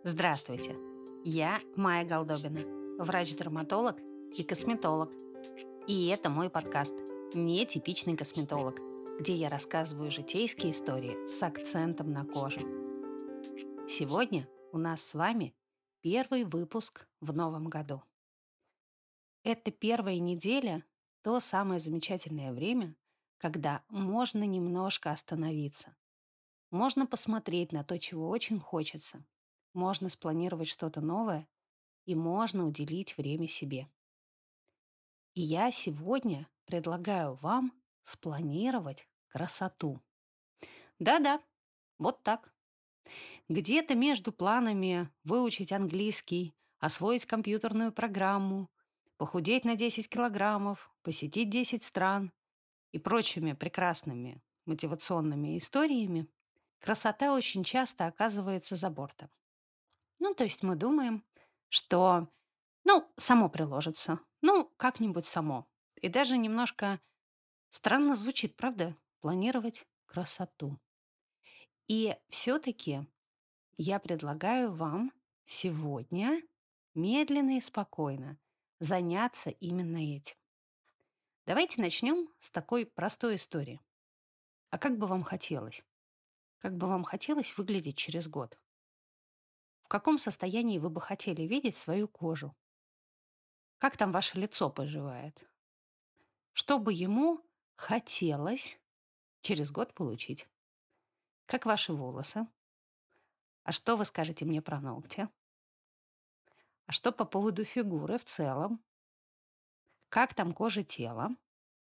Здравствуйте! Я Майя Голдобина, врач-дерматолог и косметолог. И это мой подкаст «Нетипичный косметолог», где я рассказываю житейские истории с акцентом на кожу. Сегодня у нас с вами первый выпуск в новом году. Это первая неделя, то самое замечательное время, когда можно немножко остановиться. Можно посмотреть на то, чего очень хочется. Можно спланировать что-то новое и можно уделить время себе. И я сегодня предлагаю вам спланировать красоту. Да-да, вот так. Где-то между планами выучить английский, освоить компьютерную программу, похудеть на 10 килограммов, посетить 10 стран и прочими прекрасными мотивационными историями, красота очень часто оказывается за бортом. То есть мы думаем, что, само приложится, как-нибудь само. И даже немножко странно звучит, правда? Планировать красоту. И все-таки я предлагаю вам сегодня медленно и спокойно заняться именно этим. Давайте начнем с такой простой истории. А как бы вам хотелось? Как бы вам хотелось выглядеть через год? В каком состоянии вы бы хотели видеть свою кожу? Как там ваше лицо поживает? Что бы ему хотелось через год получить? Как ваши волосы? А что вы скажете мне про ногти? А что по поводу фигуры в целом? Как там кожа тела?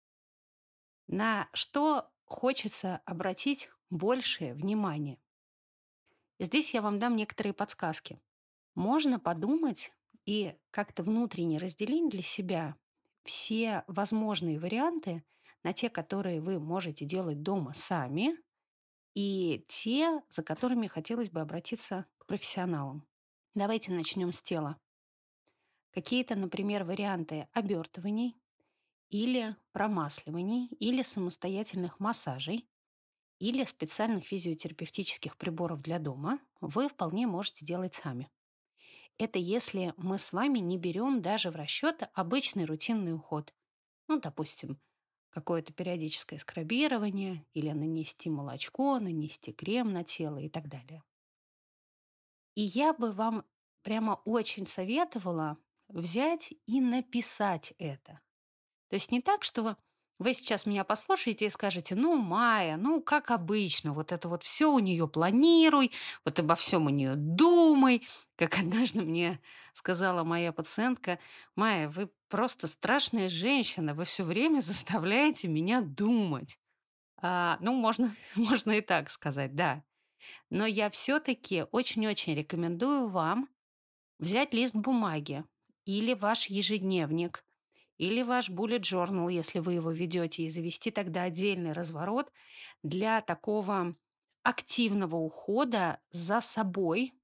На что хочется обратить большее внимание? Здесь я вам дам некоторые подсказки. Можно подумать и как-то внутренне разделить для себя все возможные варианты на те, которые вы можете делать дома сами, и те, за которыми хотелось бы обратиться к профессионалам. Давайте начнем с тела. Какие-то, например, варианты обертываний или промасливаний, или самостоятельных массажей, или специальных физиотерапевтических приборов для дома вы вполне можете делать сами. Это если мы с вами не берем даже в расчет обычный рутинный уход. Допустим, какое-то периодическое скрабирование или нанести молочко, нанести крем на тело и так далее. И я бы вам прямо очень советовала взять и написать это. То есть не так, что вы сейчас меня послушаете и скажете: Майя, как обычно, вот это вот все у нее планируй, вот обо всем у нее думай. Как однажды мне сказала моя пациентка: Майя, вы просто страшная женщина, вы все время заставляете меня думать. Можно, можно и так сказать, да. Но я все-таки очень-очень рекомендую вам взять лист бумаги или ваш ежедневник, или ваш bullet journal, если вы его ведете, и завести тогда отдельный разворот для такого активного ухода за собой.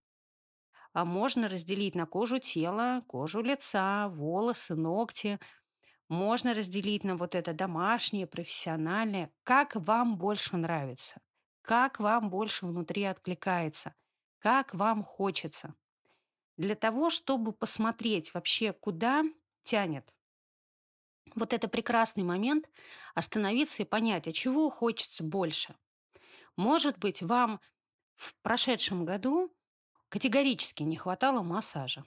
А можно разделить на кожу тела, кожу лица, волосы, ногти. Можно разделить на вот это домашнее, профессиональное. Как вам больше нравится? Как вам больше внутри откликается? Как вам хочется? Для того, чтобы посмотреть вообще, куда тянет. Вот это прекрасный момент остановиться и понять, а чего хочется больше. Может быть, вам в прошедшем году категорически не хватало массажа.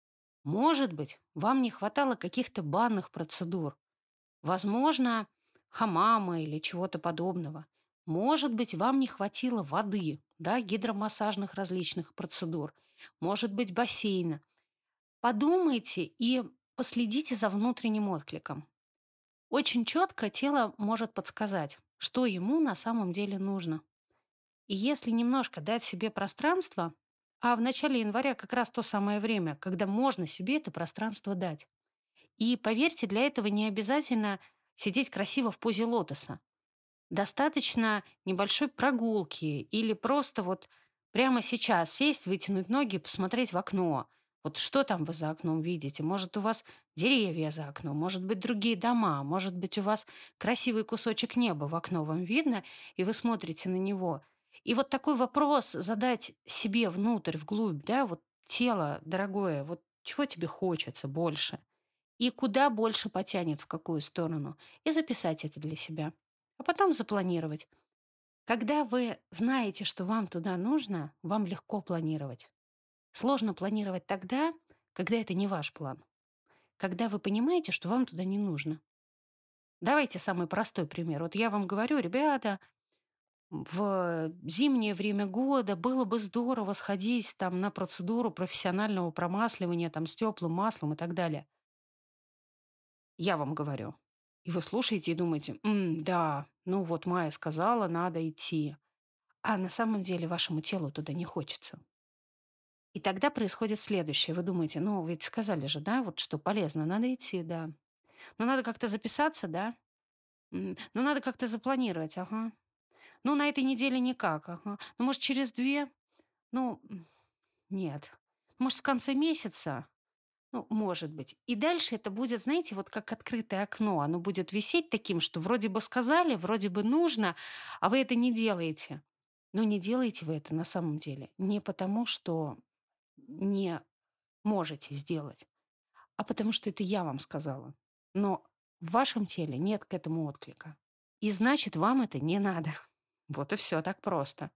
Может быть, вам не хватало каких-то банных процедур. Возможно, хамама или чего-то подобного. Может быть, вам не хватило воды, да, гидромассажных различных процедур. Может быть, бассейна. Подумайте и последите за внутренним откликом. Очень четко тело может подсказать, что ему на самом деле нужно. И если немножко дать себе пространство, а в начале января как раз то самое время, когда можно себе это пространство дать. И поверьте, для этого не обязательно сидеть красиво в позе лотоса. Достаточно небольшой прогулки или просто вот прямо сейчас сесть, вытянуть ноги, посмотреть в окно. Вот что там вы за окном видите? Может, у вас деревья за окном, может быть, другие дома, может быть, у вас красивый кусочек неба в окно вам видно, и вы смотрите на него. И вот такой вопрос задать себе внутрь, вглубь, да, вот тело, дорогое, вот чего тебе хочется больше? И куда больше потянет, в какую сторону? И записать это для себя. А потом запланировать. Когда вы знаете, что вам туда нужно, вам легко планировать. Сложно планировать тогда, когда это не ваш план. Когда вы понимаете, что вам туда не нужно. Давайте самый простой пример. Вот я вам говорю, ребята, в зимнее время года было бы здорово сходить там на процедуру профессионального промасливания там с теплым маслом и так далее. Я вам говорю. И вы слушаете и думаете: да, ну вот Майя сказала, надо идти. А на самом деле вашему телу туда не хочется. И тогда происходит следующее. Вы думаете: ну ведь сказали же, да, вот что полезно, надо идти, да. Но надо как-то записаться, да. Ну надо как-то запланировать, ага. Ну на этой неделе никак, ага. Ну может через 2? Ну, нет. Может в конце месяца? Ну, может быть. И дальше это будет, знаете, вот как открытое окно. Оно будет висеть таким, что вроде бы сказали, вроде бы нужно, а вы это не делаете. Но не делаете вы это на самом деле не потому, что не можете сделать, а потому что это я вам сказала. Но в вашем теле нет к этому отклика. И значит, вам это не надо. Вот и все так просто.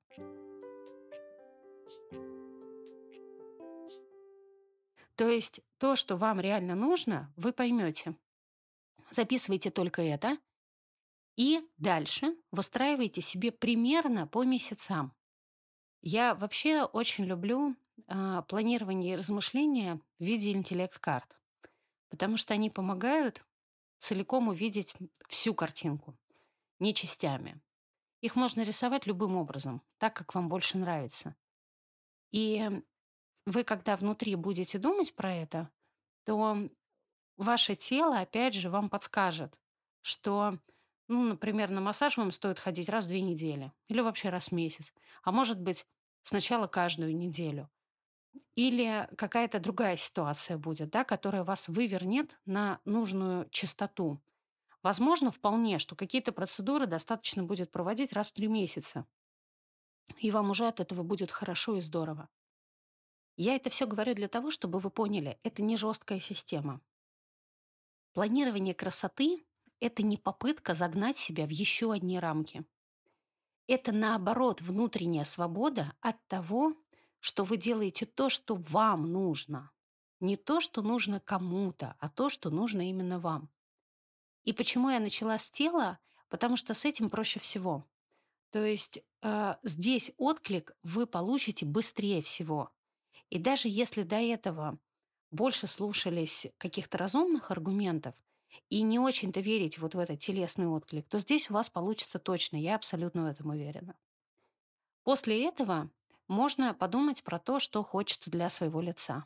То есть то, что вам реально нужно, вы поймете. Записывайте только это. И дальше выстраивайте себе примерно по месяцам. Я вообще очень люблю планирование и размышления в виде интеллект-карт, потому что они помогают целиком увидеть всю картинку, не частями. Их можно рисовать любым образом, так, как вам больше нравится. И вы, когда внутри будете думать про это, то ваше тело, опять же, вам подскажет, что, ну, например, на массаж вам стоит ходить раз в 2 недели или вообще раз в месяц, а может быть, сначала каждую неделю. Или какая-то другая ситуация будет, да, которая вас вывернет на нужную частоту. Возможно, вполне, что какие-то процедуры достаточно будет проводить раз в 3 месяца, и вам уже от этого будет хорошо и здорово. Я это все говорю для того, чтобы вы поняли, это не жесткая система. Планирование красоты– это не попытка загнать себя в еще одни рамки. Это, наоборот, внутренняя свобода от того, что вы делаете то, что вам нужно. Не то, что нужно кому-то, а то, что нужно именно вам. И почему я начала с тела? Потому что с этим проще всего. То есть здесь отклик вы получите быстрее всего. И даже если до этого больше слушались каких-то разумных аргументов и не очень-то верить вот в этот телесный отклик, то здесь у вас получится точно, я абсолютно в этом уверена. После этого можно подумать про то, что хочется для своего лица.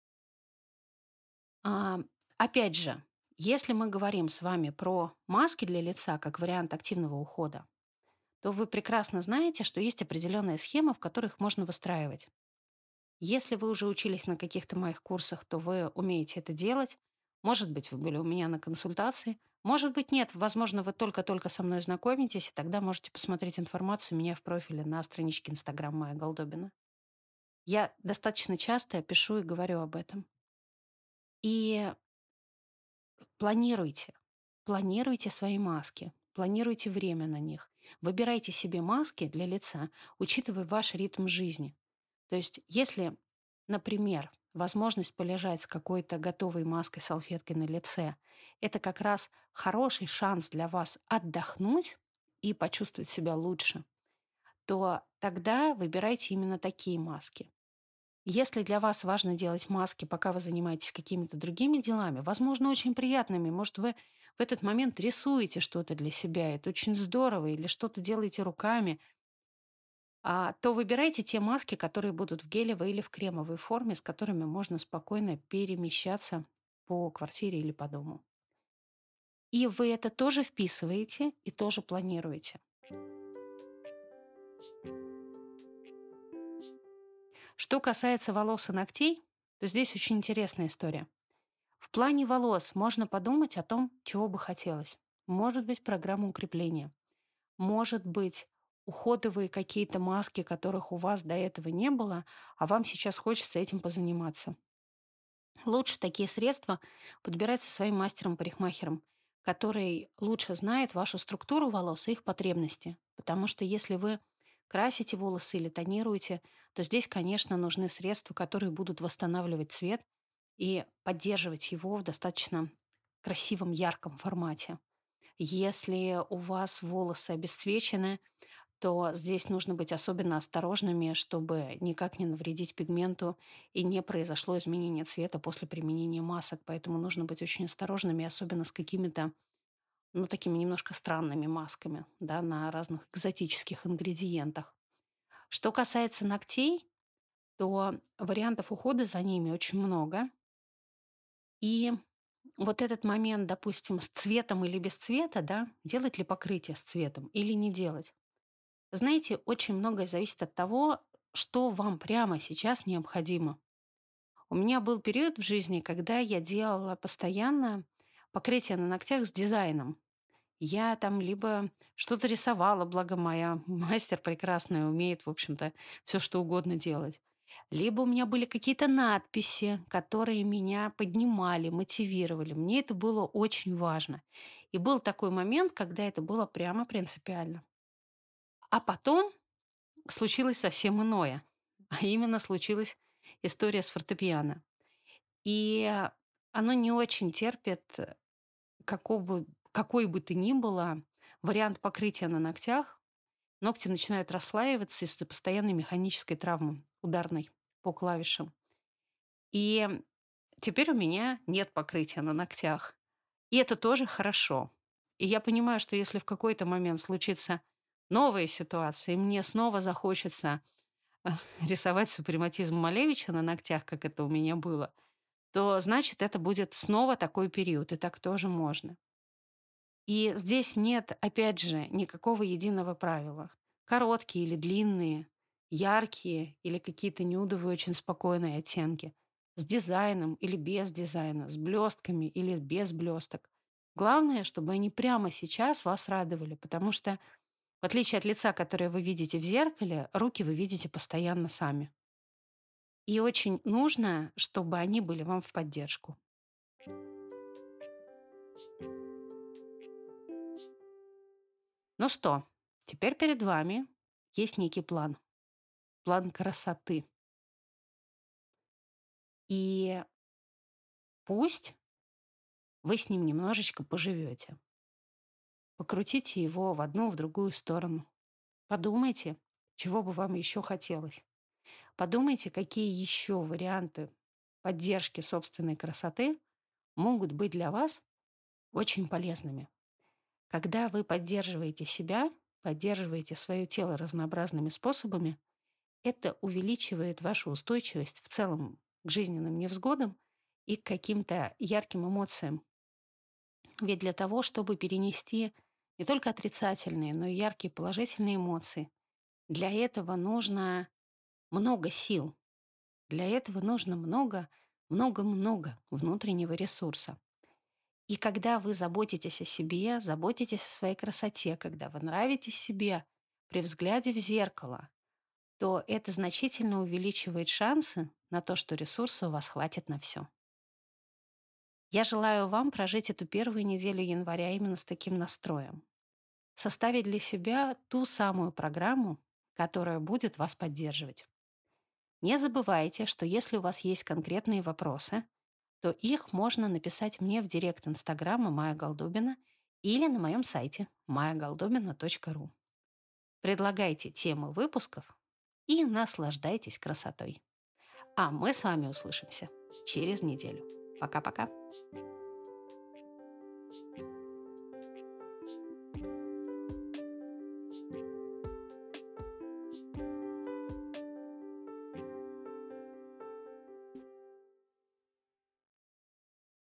А, Опять же, если мы говорим с вами про маски для лица как вариант активного ухода, то вы прекрасно знаете, что есть определенная схема, в которых можно выстраивать. Если вы уже учились на каких-то моих курсах, то вы умеете это делать. Может быть, вы были у меня на консультации. Может быть, нет. Возможно, вы только-только со мной знакомитесь, и тогда можете посмотреть информацию у меня в профиле на страничке Инстаграм Майя Голдобина. Я достаточно часто пишу и говорю об этом. И планируйте. Планируйте свои маски. Планируйте время на них. Выбирайте себе маски для лица, учитывая ваш ритм жизни. То есть, если, например, возможность полежать с какой-то готовой маской, салфеткой на лице, это как раз хороший шанс для вас отдохнуть и почувствовать себя лучше, то тогда выбирайте именно такие маски. Если для вас важно делать маски, пока вы занимаетесь какими-то другими делами, возможно, очень приятными, может, вы в этот момент рисуете что-то для себя, это очень здорово, или что-то делаете руками, то выбирайте те маски, которые будут в гелевой или в кремовой форме, с которыми можно спокойно перемещаться по квартире или по дому. И вы это тоже вписываете и тоже планируете. Что касается волос и ногтей, то здесь очень интересная история. В плане волос можно подумать о том, чего бы хотелось. Может быть, программа укрепления. Может быть, уходовые какие-то маски, которых у вас до этого не было, а вам сейчас хочется этим позаниматься. Лучше такие средства подбирать со своим мастером-парикмахером, который лучше знает вашу структуру волос и их потребности. Потому что если вы красите волосы или тонируете, то здесь, конечно, нужны средства, которые будут восстанавливать цвет и поддерживать его в достаточно красивом, ярком формате. Если у вас волосы обесцвечены, то здесь нужно быть особенно осторожными, чтобы никак не навредить пигменту и не произошло изменение цвета после применения масок. Поэтому нужно быть очень осторожными, особенно с какими-то, ну, такими немножко странными масками, да, на разных экзотических ингредиентах. Что касается ногтей, то вариантов ухода за ними очень много. И вот этот момент, допустим, с цветом или без цвета, да, делать ли покрытие с цветом или не делать. Знаете, очень многое зависит от того, что вам прямо сейчас необходимо. У меня был период в жизни, когда я делала постоянно покрытие на ногтях с дизайном. Я там либо что-то рисовала, благо моя мастер прекрасная, умеет, в общем-то, все что угодно делать. Либо у меня были какие-то надписи, которые меня поднимали, мотивировали. Мне это было очень важно. И был такой момент, когда это было прямо принципиально. А потом случилось совсем иное. А именно случилась история с фортепиано. И оно не очень терпит какой бы то ни было вариант покрытия на ногтях. Ногти начинают расслаиваться из-за постоянной механической травмы ударной по клавишам. И теперь у меня нет покрытия на ногтях. И это тоже хорошо. И я понимаю, что если в какой-то момент случится новая ситуация, и мне снова захочется рисовать супрематизм Малевича на ногтях, как это у меня было, то значит, это будет снова такой период, и так тоже можно. И здесь нет, опять же, никакого единого правила. Короткие или длинные, яркие или какие-то нюдовые, очень спокойные оттенки, с дизайном или без дизайна, с блестками или без блесток. Главное, чтобы они прямо сейчас вас радовали, потому что, в отличие от лица, которое вы видите в зеркале, руки вы видите постоянно сами. И очень нужно, чтобы они были вам в поддержку. Ну что, теперь перед вами есть некий план. План красоты. И пусть вы с ним немножечко поживете. Покрутите его в одну, в другую сторону. Подумайте, чего бы вам еще хотелось. Подумайте, какие еще варианты поддержки собственной красоты могут быть для вас очень полезными. Когда вы поддерживаете себя, поддерживаете свое тело разнообразными способами, это увеличивает вашу устойчивость в целом к жизненным невзгодам и к каким-то ярким эмоциям. Ведь для того, чтобы перенести не только отрицательные, но и яркие положительные эмоции, для этого нужно много сил. Для этого нужно много внутреннего ресурса. И когда вы заботитесь о себе, заботитесь о своей красоте, когда вы нравитесь себе при взгляде в зеркало, то это значительно увеличивает шансы на то, что ресурса у вас хватит на все. Я желаю вам прожить эту первую неделю января именно с таким настроем. Составить для себя ту самую программу, которая будет вас поддерживать. Не забывайте, что если у вас есть конкретные вопросы, то их можно написать мне в директ инстаграма Майя Голдобина или на моем сайте mayagoldobina.ru. Предлагайте темы выпусков и наслаждайтесь красотой. А мы с вами услышимся через неделю. Пока-пока.